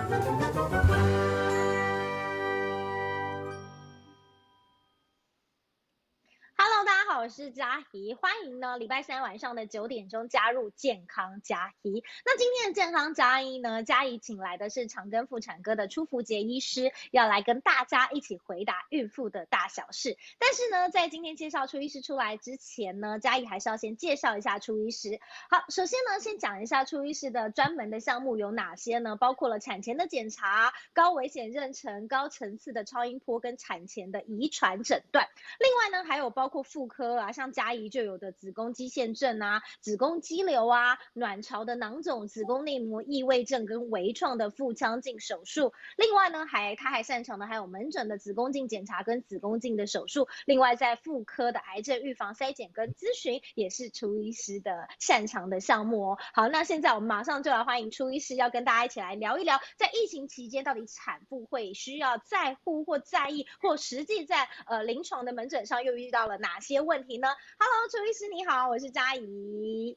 Hello，大家好，我是嘉怡，欢迎呢礼拜三晚上的9点钟加入健康嘉怡。那今天的健康嘉怡呢，嘉怡请来的是长庚妇产科的初福杰医师，要来跟大家一起回答孕妇的大小事。但是呢，在今天介绍初医师出来之前呢，嘉怡还是要先介绍一下初医师。好，首先呢，先讲一下初医师的专门的项目有哪些呢？包括了产前的检查、高危险妊娠、高层次的超音波跟产前的遗传诊断。另外呢，还有包括妇科啊，像嘉怡就有的子宫肌腺症啊、子宫肌瘤啊、卵巢的囊肿、子宫内膜异位症跟微创的腹腔镜手术。另外呢，他还擅长的还有门诊的子宫镜检查跟子宫镜的手术。另外在妇科的癌症预防筛检跟咨询也是初医师的擅长的项目哦。好，那现在我们马上就来欢迎初医师，要跟大家一起来聊一聊，在疫情期间到底产妇会需要在乎或在意，或实际在临床的门诊上又遇到了哪些问题呢 ？Hello， 初医师你好，我是嘉怡。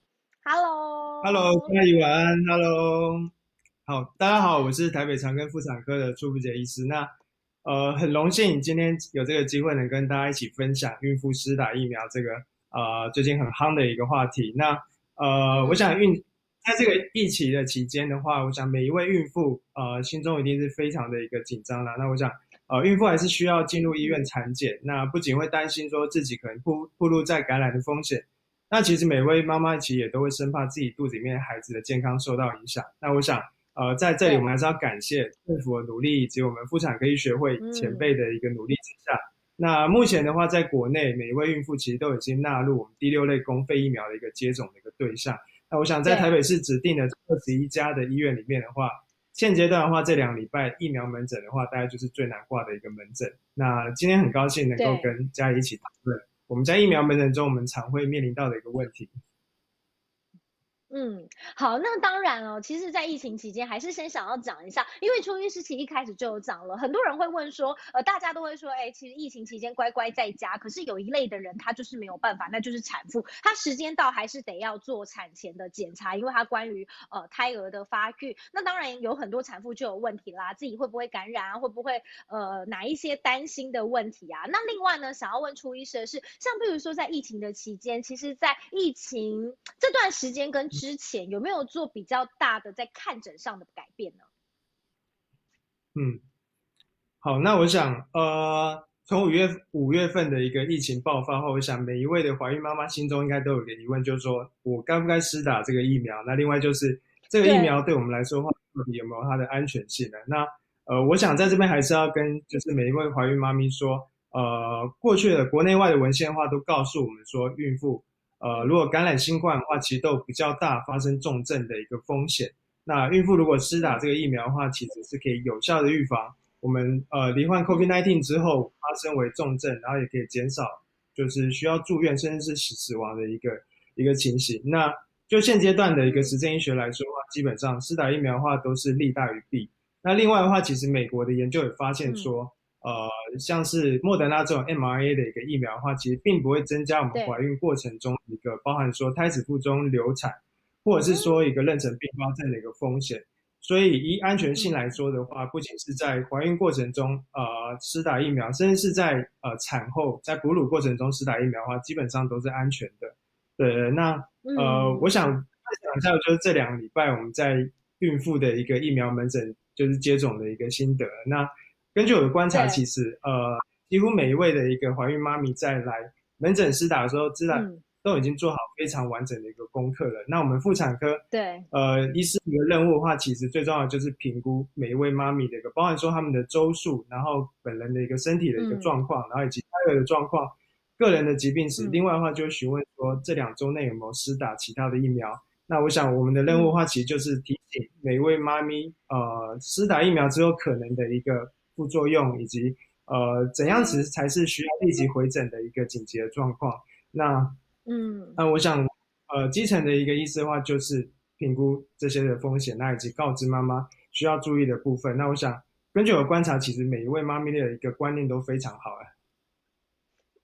Hello， Hello， 嘉怡晚安。Hello， 好，大家好，我是台北长庚妇产科的初福杰医师。那很荣幸今天有这个机会能跟大家一起分享孕妇施打疫苗这个最近很夯的一个话题。那我想在这个疫情的期间的话，我想每一位孕妇心中一定是非常的一个紧张啦。那我想孕妇还是需要进入医院产检，那不仅会担心说自己可能暴露在感染的风险。那其实每位妈妈其实也都会生怕自己肚子里面孩子的健康受到影响。那我想，在这里我们还是要感谢政府的努力，以及我们妇产科医学会前辈的一个努力之下。那目前的话，在国内每一位孕妇其实都已经纳入我们第6类公费疫苗的一个接种的一个对象。那我想在台北市指定的21家的医院里面的话，现阶段的话，这2礼拜疫苗门诊的话，大概就是最难挂的一个门诊。那今天很高兴能够跟嘉怡一起讨论我们在疫苗门诊中，我们常会面临到的一个问题。 好，那当然哦，其实在疫情期间还是先想要讲一下，因为初医师其实一开始就有讲了，很多人会问说，大家都会说，其实疫情期间乖乖在家，可是有一类的人他就是没有办法，那就是产妇，他时间到还是得要做产前的检查，因为他关于胎儿的发育，那当然有很多产妇就有问题啦，自己会不会感染啊，会不会哪一些担心的问题啊？那另外呢，想要问初医师的是，像比如说在疫情的期间，其实在疫情这段时间跟之前有没有做比较大的在看诊上的改变呢？ 好，那我想从五月份的一个疫情爆发后，我想每一位的怀孕妈妈心中应该都有一个疑问，就是说我该不该施打这个疫苗？那另外就是这个疫苗对我们来说的话，到底有没有它的安全性呢？那我想在这边还是要跟就是每一位怀孕妈咪说，过去的国内外的文献的话都告诉我们说，孕妇如果感染新冠的话，其实都有比较大发生重症的一个风险。那孕妇如果施打这个疫苗的话，其实是可以有效的预防我们罹患 COVID-19 之后发生为重症，然后也可以减少就是需要住院甚至是死亡的一个情形。那就现阶段的一个实证医学来说的话，基本上施打疫苗的话都是利大于弊。那另外的话，其实美国的研究也发现说，像是莫德纳这种 mRNA 的一个疫苗的话，其实并不会增加我们怀孕过程中一个包含说胎子腹中流产，或者是说一个妊娠并发症的一个风险。所以以安全性来说的话，不仅是在怀孕过程中施打疫苗，甚至是在产后在哺乳过程中施打疫苗的话，基本上都是安全的。对，那我想分享一下，就是这2礼拜我们在孕妇的一个疫苗门诊就是接种的一个心得。那根据我的观察，其实几乎每一位的一个怀孕妈咪在来门诊施打的时候，都已经做好非常完整的一个功课了。那我们妇产科医师的任务的话，其实最重要的就是评估每一位妈咪的一个，包含说他们的周数，然后本人的一个身体的一个状况，然后以及胎儿的状况、个人的疾病史。另外的话，就询问说这2周内有没有施打其他的疫苗。那我想我们的任务的话，其实就是提醒每一位妈咪，施打疫苗之后可能的一个副作用，以及怎样子才是需要立即回诊的一个紧急的状况。那我想基层的一个医师的话，就是评估这些的风险，那以及告知妈妈需要注意的部分。那我想根据我的观察，其实每一位妈咪的一个观念都非常好。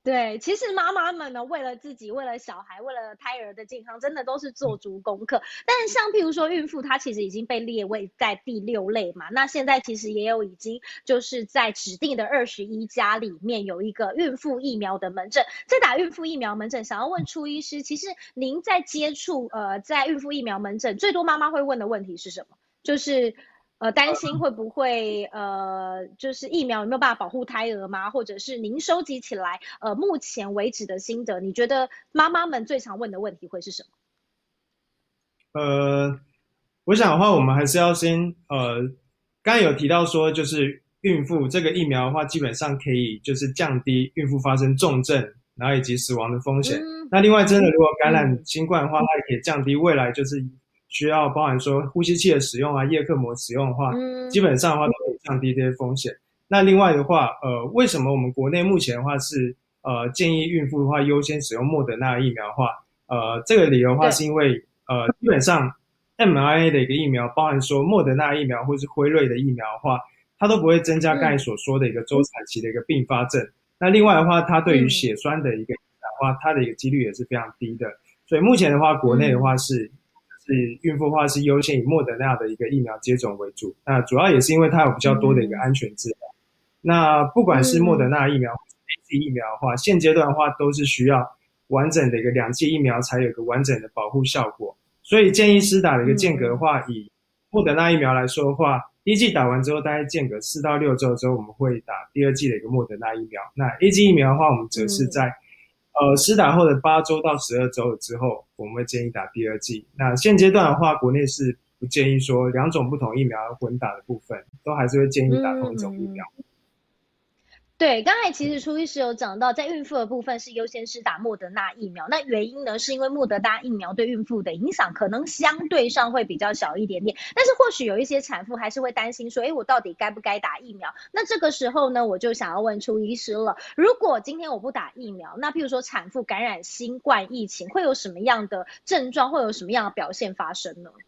对，其实妈妈们呢，为了自己、为了小孩、为了胎儿的健康，真的都是做足功课。但是像譬如说孕妇，她其实已经被列为在第6类嘛，那现在其实也有已经就是在指定的21家里面有一个孕妇疫苗的门诊，在打孕妇疫苗门诊，想要问初医师，其实您在接触在孕妇疫苗门诊，最多妈妈会问的问题是什么？就是担心会不会就是疫苗有没有办法保护胎儿吗？或者是您收集起来目前为止的心得，你觉得妈妈们最常问的问题会是什么？ 我想的话，我们还是要先刚才有提到说，就是孕妇这个疫苗的话，基本上可以就是降低孕妇发生重症，然后以及死亡的风险。那另外，真的如果感染新冠的话，它也可以降低未来就是需要包含说呼吸器的使用啊、叶克膜使用的话，基本上的话都可以降低这些风险。那另外的话，为什么我们国内目前的话是建议孕妇的话优先使用莫德纳疫苗的话，这个理由的话是因为基本上 mRNA 的一个疫苗，包含说莫德纳疫苗或是辉瑞的疫苗的话，它都不会增加刚才所说的一个周产期的一个并发症。那另外的话，它对于血栓的一个影响的话，它的一个几率也是非常低的。所以目前的话，国内的话是孕妇的话是优先以莫德纳的一个疫苗接种为主。那主要也是因为它有比较多的一个安全治疗。那不管是莫德纳疫苗或是 AZ 疫苗的话，现阶段的话都是需要完整的一个2剂疫苗才有一个完整的保护效果。所以建议施打的一个间隔的话，以莫德纳疫苗来说的话，第一剂打完之后，大概间隔4到6周之后，我们会打第2剂的一个莫德纳疫苗。那 AZ 疫苗的话，我们则是在施打后的8周到12周之后，我们会建议打第2剂。那现阶段的话，国内是不建议说2种不同疫苗混打的部分，都还是会建议打同一种疫苗。 对，刚才其实初医师有讲到，在孕妇的部分是优先施打莫德纳疫苗。那原因呢，是因为莫德纳疫苗对孕妇的影响可能相对上会比较小一点点，但是或许有一些产妇还是会担心说，我到底该不该打疫苗？那这个时候呢，我就想要问初医师了，如果今天我不打疫苗，那譬如说产妇感染新冠疫情，会有什么样的症状，会有什么样的表现发生呢？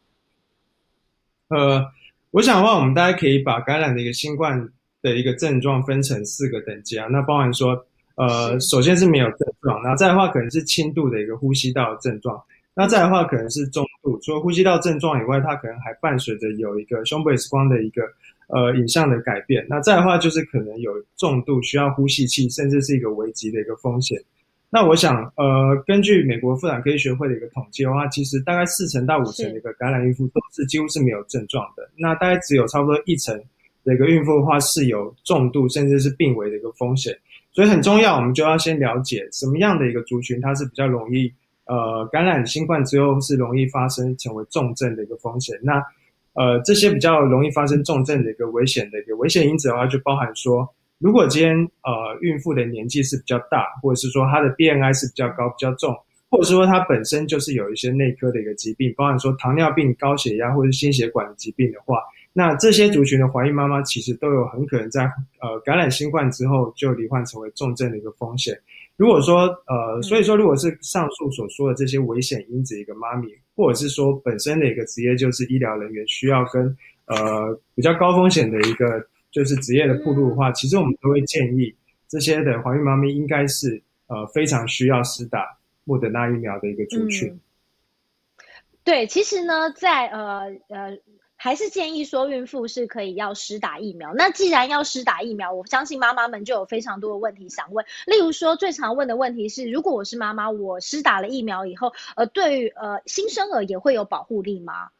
我想的话，我们大家可以把感染的一个新冠的一个症状分成4个等级啊，那包含说，首先是没有症状，然后再的话可能是轻度的一个呼吸道症状，那再的话可能是中度，除了呼吸道症状以外，它可能还伴随着有一个胸部 X 光的一个影像的改变，那再的话就是可能有重度需要呼吸器，甚至是一个危急的一个风险。那我想，根据美国妇产科医学会的一个统计的话，其实大概40%到50%的一个感染孕妇都是几乎是没有症状的，那大概只有差不多1%的一个孕妇的话是有重度甚至是病危的一个风险。所以很重要，我们就要先了解什么样的一个族群它是比较容易感染新冠之后是容易发生成为重症的一个风险。那这些比较容易发生重症的一个危险因子的话，就包含说，如果今天孕妇的年纪是比较大，或者是说她的 BMI 是比较高比较重，或者是说她本身就是有一些内科的一个疾病，包含说糖尿病、高血压或者是心血管的疾病的话，那这些族群的怀孕妈妈其实都有很可能在感染新冠之后就罹患成为重症的一个风险。如果说所以说如果是上述所说的这些危险因子一个妈咪，或者是说本身的一个职业就是医疗人员需要跟比较高风险的一个就是职业的暴露的话，其实我们都会建议这些的怀孕妈咪应该是非常需要施打莫德纳疫苗的一个族群。 对，其实呢，在还是建议说孕妇是可以要施打疫苗。那既然要施打疫苗，我相信妈妈们就有非常多的问题想问。例如说，最常问的问题是，如果我是妈妈，我施打了疫苗以后，对于新生儿也会有保护力吗？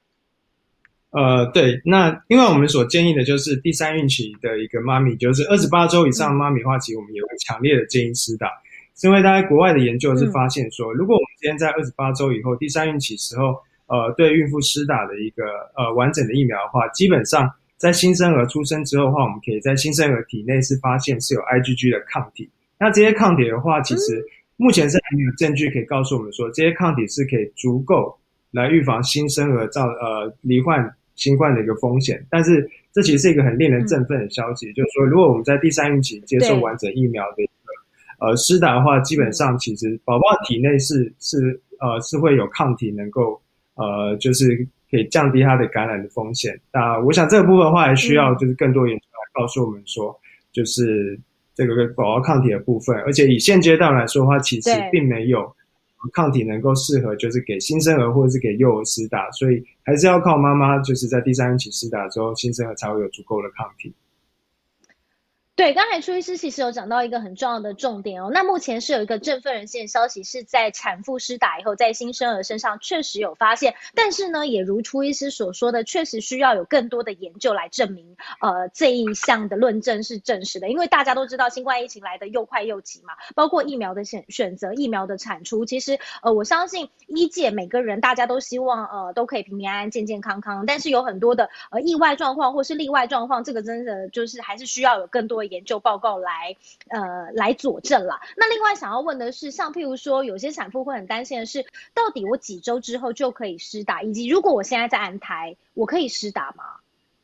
对，那因为我们所建议的就是第3孕期的一个妈咪，就是28周以上的妈咪的话，其实我们也会强烈的建议施打，是因为大概国外的研究是发现说，如果我们今天在28周以后第3孕期时候，对孕妇施打的一个完整的疫苗的话，基本上在新生儿出生之后的话，我们可以在新生儿体内是发现是有 IgG 的抗体。那这些抗体的话，其实目前是还没有证据可以告诉我们说，这些抗体是可以足够来预防新生儿罹患新冠的一个风险。但是这其实是一个很令人振奋的消息，就是说如果我们在第3孕期接受完整疫苗的一个施打的话，基本上其实宝宝体内是会有抗体能够就是可以降低它的感染的风险。那我想这个部分的话，还需要就是更多研究来告诉我们说，就是这个宝宝抗体的部分，而且以现阶段来说的话，其实并没有抗体能够适合就是给新生儿或者是给幼儿施打，所以还是要靠妈妈就是在第3孕期施打之后，新生儿才会有足够的抗体。 对，刚才朱医师其实有讲到一个很重要的重点哦。那目前是有一个振奋人心的消息，是在产妇施打以后，在新生儿身上确实有发现，但是呢，也如朱医师所说的，确实需要有更多的研究来证明，这一项的论证是证实的。因为大家都知道，新冠疫情来的又快又急嘛，包括疫苗的选择、疫苗的产出，其实我相信医界每个人大家都希望都可以平平安安、健健康康，但是有很多的意外状况或是例外状况，这个真的就是还是需要有更多的研究报告来佐证啦。那另外想要问的是，像譬如说有些产妇会很担心的是，到底我几周之后就可以施打，以及如果我现在在安胎，我可以施打吗？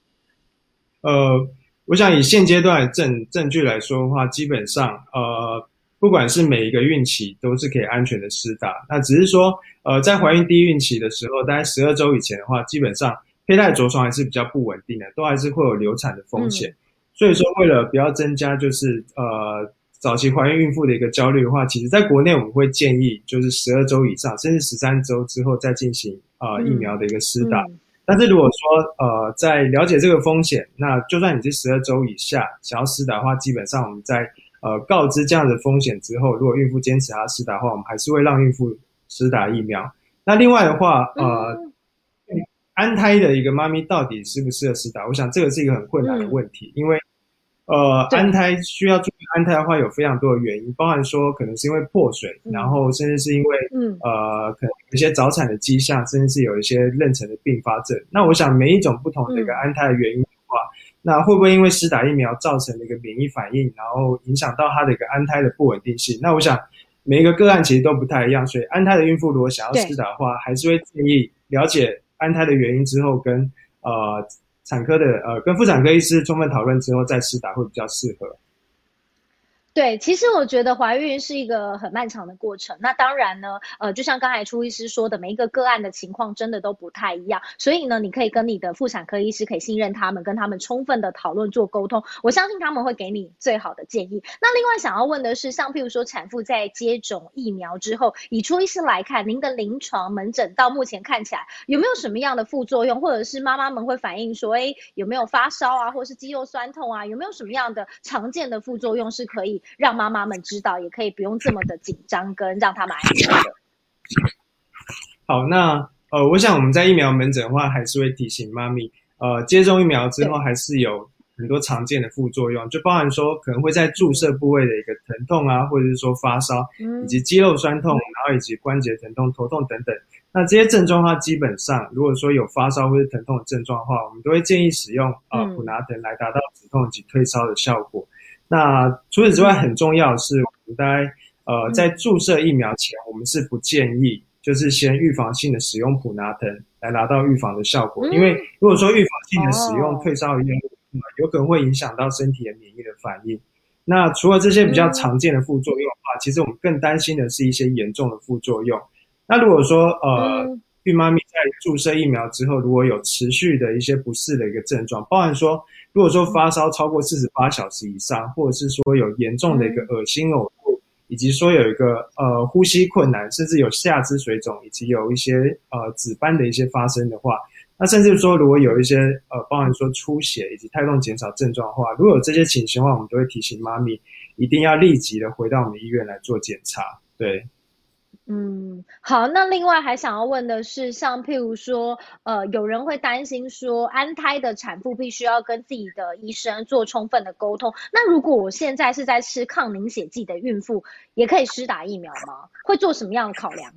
我想以现阶段的证据来说的话，基本上不管是每一个孕期都是可以安全的施打。那只是说在怀孕第一孕期的时候，大概12周以前的话，基本上胚胎着床还是比较不稳定的，都还是会有流产的风险。所以说为了不要增加就是早期怀孕孕妇的一个焦虑的话，其实在国内我们会建议就是12周以上甚至13周之后再进行疫苗的一个施打。但是如果说在了解这个风险，那就算你是12周以下想要施打的话，基本上我们在告知这样的风险之后，如果孕妇坚持要施打的话，我们还是会让孕妇施打疫苗。那另外的话安胎的一个妈咪到底适不适合施打，我想这个是一个很困难的问题。因为安胎需要注意安胎的话有非常多的原因，包含说可能是因为破水，然后甚至是因为可能有一些早产的迹象，甚至是有一些妊娠的并发症。那我想每一种不同的一个安胎的原因的话，那会不会因为施打疫苗造成的一个免疫反应，然后影响到它的一个安胎的不稳定性？那我想每一个个案其实都不太一样，所以安胎的孕妇如果想要施打的话，还是会建议了解安胎的原因之后，跟产科的跟妇产科医师充分讨论之后再施打会比较适合。 对，其实我觉得怀孕是一个很漫长的过程。那当然呢，就像刚才朱医师说的，每一个个案的情况真的都不太一样。所以呢，你可以跟你的妇产科医师可以信任他们，跟他们充分的讨论做沟通。我相信他们会给你最好的建议。那另外想要问的是，像譬如说产妇在接种疫苗之后，以朱医师来看，您的临床门诊到目前看起来有没有什么样的副作用，或者是妈妈们会反映说，有没有发烧啊，或是肌肉酸痛啊，有没有什么样的常见的副作用是可以让妈妈们知道，也可以不用这么的紧张，跟让他们安心的。 好，那我想我们在疫苗门诊的话，还是会提醒妈咪，接种疫苗之后还是有很多常见的副作用，就包含说可能会在注射部位的一个疼痛啊，或者是说发烧，以及肌肉酸痛，然后以及关节疼痛、头痛等等。那这些症状的话，基本上如果说有发烧或者疼痛的症状的话，我们都会建议使用普拿疼来达到止痛以及退烧的效果。那除此之外，很重要的是，我们大概在注射疫苗前，我们是不建议就是先预防性的使用普拿疼来达到预防的效果，因为如果说预防性的使用退烧的药物，有可能会影响到身体的免疫的反应。那除了这些比较常见的副作用的话，其实我们更担心的是一些严重的副作用。那如果说孕妈咪在注射疫苗之后，如果有持续的一些不适的一个症状，包含说如果说发烧超过48小时以上，或者是说有严重的一个恶心呕吐，以及说有一个呼吸困难，甚至有下肢水肿，以及有一些紫斑的一些发生的话，那甚至说如果有一些包含说出血以及胎动减少症状的话，如果有这些情形的话，我们都会提醒妈咪一定要立即的回到我们医院来做检查。对。 好，那另外还想要问的是，像譬如说，有人会担心说，安胎的产妇必须要跟自己的医生做充分的沟通。那如果我现在是在吃抗凝血剂的孕妇，也可以施打疫苗吗？会做什么样的考量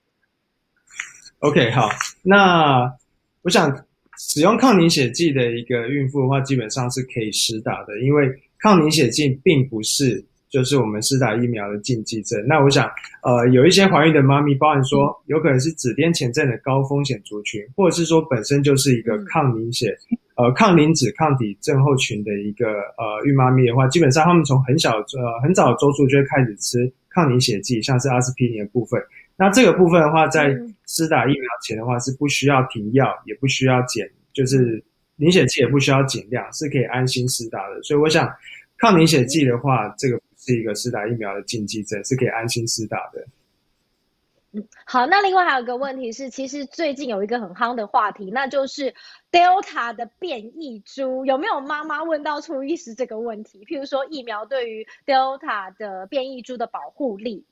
？OK， 好，那我想使用抗凝血剂的一个孕妇的话，基本上是可以施打的，因为抗凝血剂并不是就是我们施打疫苗的禁忌症。那我想有一些怀孕的妈咪，包含说有可能是子癜前症的高风险族群，或者是说本身就是一个抗凝血抗磷脂抗体症候群的一个孕妈咪的话，基本上他们从很早的周数就会开始吃抗凝血剂，像是阿司匹林的部分。那这个部分的话，在施打疫苗前的话是不需要停药，也不需要就是凝血剂也不需要减量，是可以安心施打的。所以我想抗凝血剂的话，这个不是一个施打疫苗的禁忌症，是可以安心施打的。 好，那另外还有一个问题是，其实最近有一个很夯的话题，那就是 Delta 的变异株，有没有妈妈问到初医师这个问题？譬如说疫苗对于 Delta 的变异株的保护力？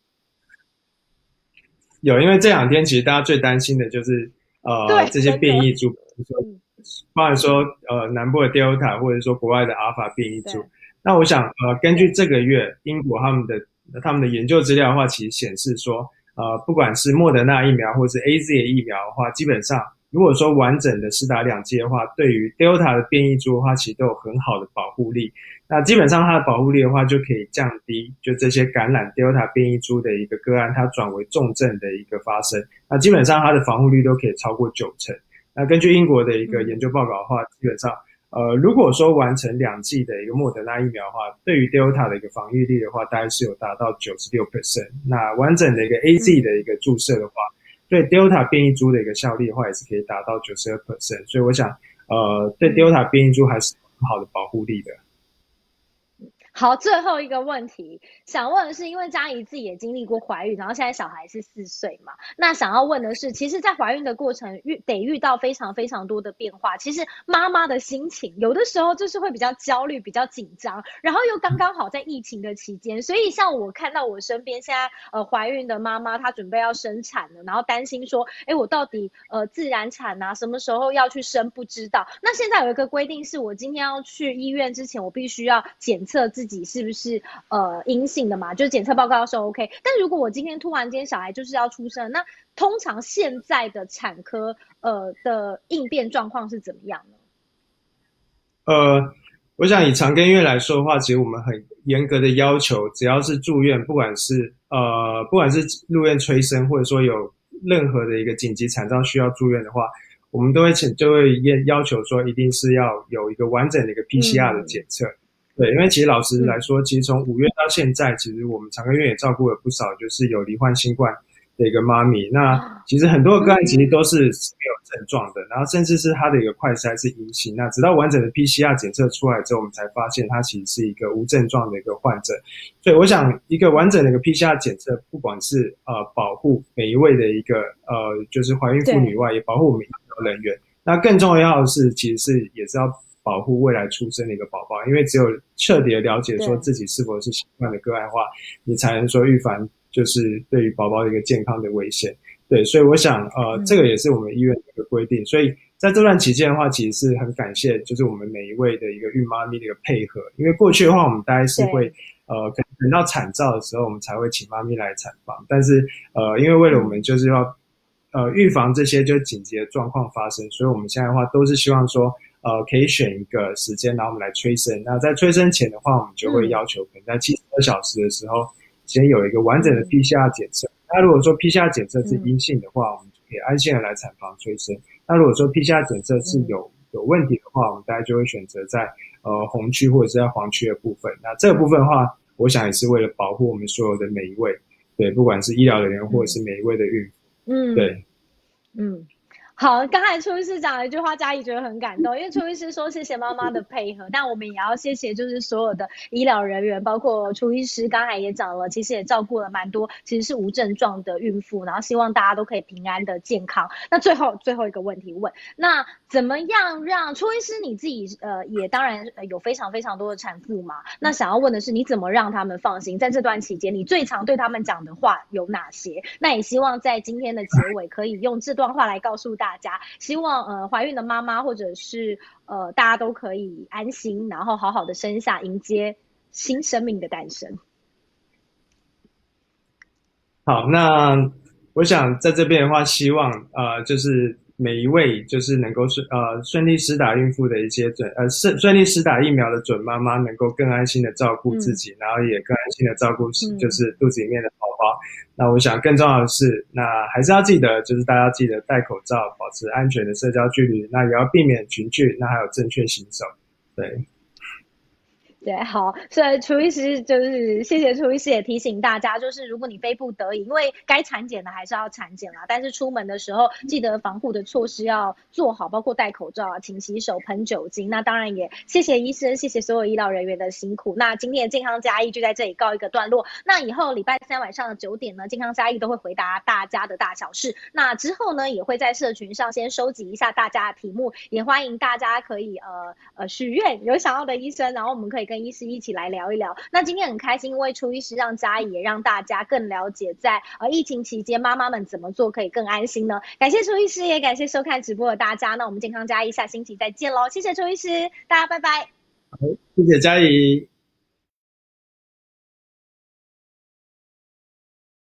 有，因为这两天其实大家最担心的就是这些变异株，包含说南部的 Delta 或者说国外的 Alpha 变异株。那我想根据这个月英国他们的研究资料的话，其实显示说不管是莫德纳疫苗或是 AZ 的疫苗的话，基本上如果说完整的施打2剂的话，对于 Delta 的变异株的话，其实都有很好的保护力。那基本上它的保护力的话，就可以降低就这些感染 Delta 变异株的一个个案，它转为重症的一个发生。那基本上它的防护率都可以超过90%。那根据英国的一个研究报告的话，基本上如果说完成2剂的一个莫德纳疫苗的话，对于 Delta 的一个防御力的话，大概是有达到96%。那完整的一个 AZ 的一个注射的话，对 Delta 变异株的一个效力的话，也是可以达到92%。所以我想对 Delta 变异株还是很好的保护力的。 好，最后一个问题想问的是，因为佳怡自己也经历过怀孕，然后现在小孩是4岁嘛，那想要问的是，其实在怀孕的过程得遇到非常非常多的变化，其实妈妈的心情有的时候就是会比较焦虑比较紧张，然后又刚刚好在疫情的期间，所以像我看到我身边现在怀孕的妈妈，她准备要生产了，然后担心说我到底自然产啊什么时候要去生不知道。那现在有一个规定是，我今天要去医院之前，我必须要检测自己是不是阴性的嘛，就是检测报告要是 OK。但如果我今天突然间小孩就是要出生，那通常现在的产科的应变状况是怎么样呢？ 我想以长庚医院来说的话，其实我们很严格的要求，只要是住院，不管是入院催生，或者说有任何的一个紧急产兆需要住院的话，我们就会要求说，一定是要有一个完整的一个 PCR 的检测。对，因为其实老实来说，其实从5月到现在，其实我们长庚医院也照顾了不少，就是有罹患新冠的一个妈咪。那其实很多个案其实都是没有症状的，然后甚至是他的一个快筛是阴性。那直到完整的 PCR 检测出来之后，我们才发现他其实是一个无症状的一个患者。所以我想，一个完整的一个 PCR 检测，不管是保护每一位的一个就是怀孕妇女以外，也保护我们医疗人员。那更重要的是，其实也是要保护未来出生的一个宝宝，因为只有彻底的了解说自己是否是新冠的个案的话，你才能说预防就是对于宝宝的一个健康的危险。对，所以我想这个也是我们医院的一个规定。所以在这段期间的话，其实是很感谢就是我们每一位的一个孕妈咪的一个配合，因为过去的话我们大概是会可能等到产兆的时候我们才会请妈咪来产房，但是因为为了我们就是要预防这些就紧急的状况发生，所以我们现在的话都是希望说可以选一个时间，然后我们来催生。那在催生前的话，我们就会要求可能在72小时的时候，先有一个完整的 PCR 检测。那如果说 PCR 检测是阴性的话，我们就可以安心的来产房催生。那如果说 PCR 检测是有问题的话，我们大概就会选择在红区或者是在黄区的部分。那这个部分的话，我想也是为了保护我们所有的每一位，对，不管是医疗人员或者是每一位的孕妇，对， 好，刚才初医师讲了一句话，佳怡觉得很感动，因为初医师说谢谢妈妈的配合，但我们也要谢谢就是所有的医疗人员，包括初医师刚才也讲了，其实也照顾了蛮多其实是无症状的孕妇，然后希望大家都可以平安的健康。那最后一个问题问，那怎么样让初医师你自己也当然有非常非常多的产妇嘛，那想要问的是你怎么让他们放心，在这段期间你最常对他们讲的话有哪些？那也希望在今天的结尾可以用这段话来告诉大家，希望怀孕的妈妈或者是大家都可以安心，然后好好的生下，迎接新生命的诞生。 好，那我想在这边的话，希望就是每一位就是能够顺利施打孕妇的一些顺利施打疫苗的准妈妈，能够更安心的照顾自己，然后也更安心的照顾就是肚子里面的宝宝。那我想更重要的是，那还是要记得，就是大家记得戴口罩，保持安全的社交距离，那也要避免群聚，那还有正确洗手。对， 对，好，所以楚医师就是谢谢楚医师也提醒大家，就是如果你非不得已，因为该产检的还是要产检啦，但是出门的时候记得防护的措施要做好，包括戴口罩啊、勤洗手、喷酒精。那当然也谢谢医生，谢谢所有医疗人员的辛苦。那今天的健康加一就在这里告一个段落。那以后礼拜三晚上的9点呢，健康加一都会回答大家的大小事。那之后呢，也会在社群上先收集一下大家的题目，也欢迎大家可以许愿有想要的医生，然后我们可以跟医师一起来聊一聊。那今天很开心，因为楚医师让嘉怡也让大家更了解在疫情期间妈妈们怎么做可以更安心呢？感谢楚医师，也感谢收看直播的大家。那我们健康嘉义下星期再见喽，谢谢楚医师，大家拜拜。 好，谢谢嘉怡。